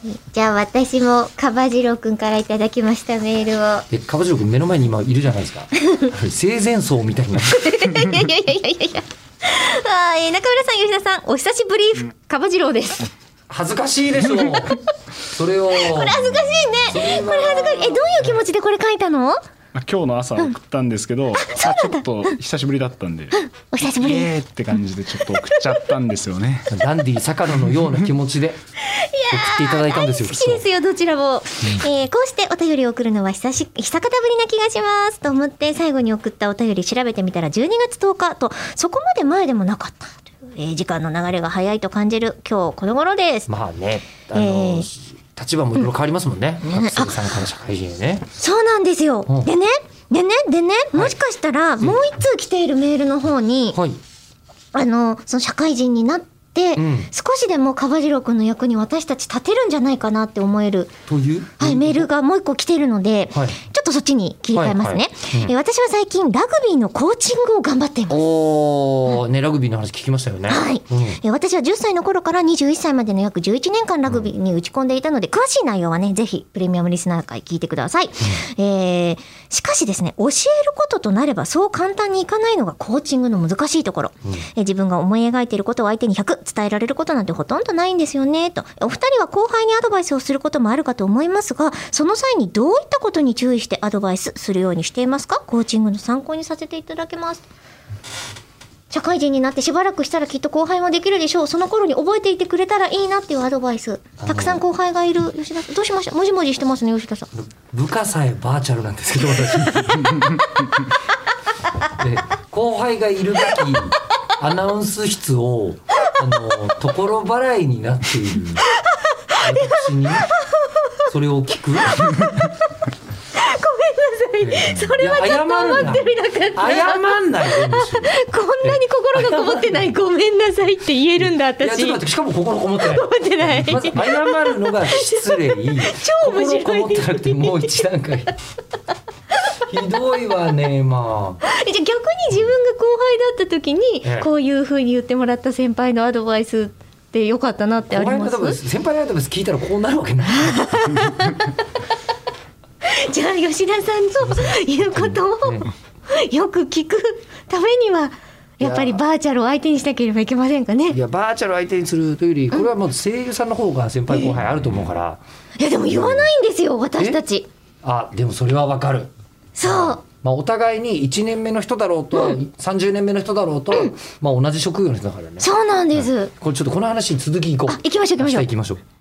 じゃあ私もカバジロくんからいただきましたメールを。 でカバジロ君目の前に今いるじゃないですか生前葬みたいないや中村さん吉田さんお久しぶり、カバジロです。 恥ずかしいでしょそれをこれ恥ずかしいね。これ恥ずかしい。どういう気持ちでこれ書いたの？ 今日の朝送ったんですけど、ちょっと久しぶりだったんで、 お久しぶりって感じでちょっと送っちゃったんですよねダンディ坂野のような気持ちで送っていただいたんですよ。 好きですよどちらも、こうしてお便りを送るのは久方ぶりな気がしますと思って最後に送ったお便り調べてみたら12月10日とそこまで前でもなかったという、時間の流れが早いと感じる今日この頃です。 まあね立場もいろいろ変わりますもんね、学生さんから社会人へね。 そうなんですよ、でね、もしかしたらもう一通来ているメールの方に、その社会人になって少しでもカバジロ君の役に私たち立てるんじゃないかなって思えるという、 メールがもう一個来ているので、ちょっとそっちに切り替えますね。私は最近ラグビーのコーチングを頑張っています。 ラグビーの話聞きましたよね。 私は10歳の頃から21歳までの約11年間ラグビーに打ち込んでいたので、詳しい内容はねぜひプレミアムリスナー会聞いてください。しかしですね、教えることとなればそう簡単にいかないのがコーチングの難しいところ。自分が思い描いていることを相手に100伝えられることなんてほとんどないんですよねと。お二人は後輩にアドバイスをすることもあるかと思いますが、その際にどういったことに注意してアドバイスするようにしていますか？コーチングの参考にさせていただけます。社会人になってしばらくしたらきっと後輩もできるでしょう。その頃に覚えていてくれたらいいなっていうアドバイス。たくさん後輩がいる吉田さんどうしました？もじもじしてますね吉田さん。 部下さえバーチャルなんですけど私で後輩がいるべきアナウンス室を所払いになっている私にそれを聞くそれはちょっと思ってみなかった。 謝んないでこんなに心がこもってないごめんなさいって言えるんだ私。 いやちょっと待って、しかも心こもってない。 こもってない。 まず謝るのが失礼。 超面白い。 心こもってなくてもう一段階。ひどいわね。まあじゃあ逆に自分が後輩だった時にこういう風に言ってもらった先輩のアドバイスってよかったなってあります？ 先輩のアドバイス聞いたらこうなるわけないじゃあ吉田さんの言うことをよく聞くためにはやっぱりバーチャルを相手にしなければいけませんかね。 いやバーチャルを相手にするというよりこれはもう声優さんの方が先輩後輩あると思うから、 いやでも言わないんですよ私たち。 でもそれはわかる。 そうお互いに1年目の人だろうと、30年目の人だろうと、同じ職業の人だからね。 そうなんです、 これちょっとこの話に続きいこう。 行きましょう行きましょう。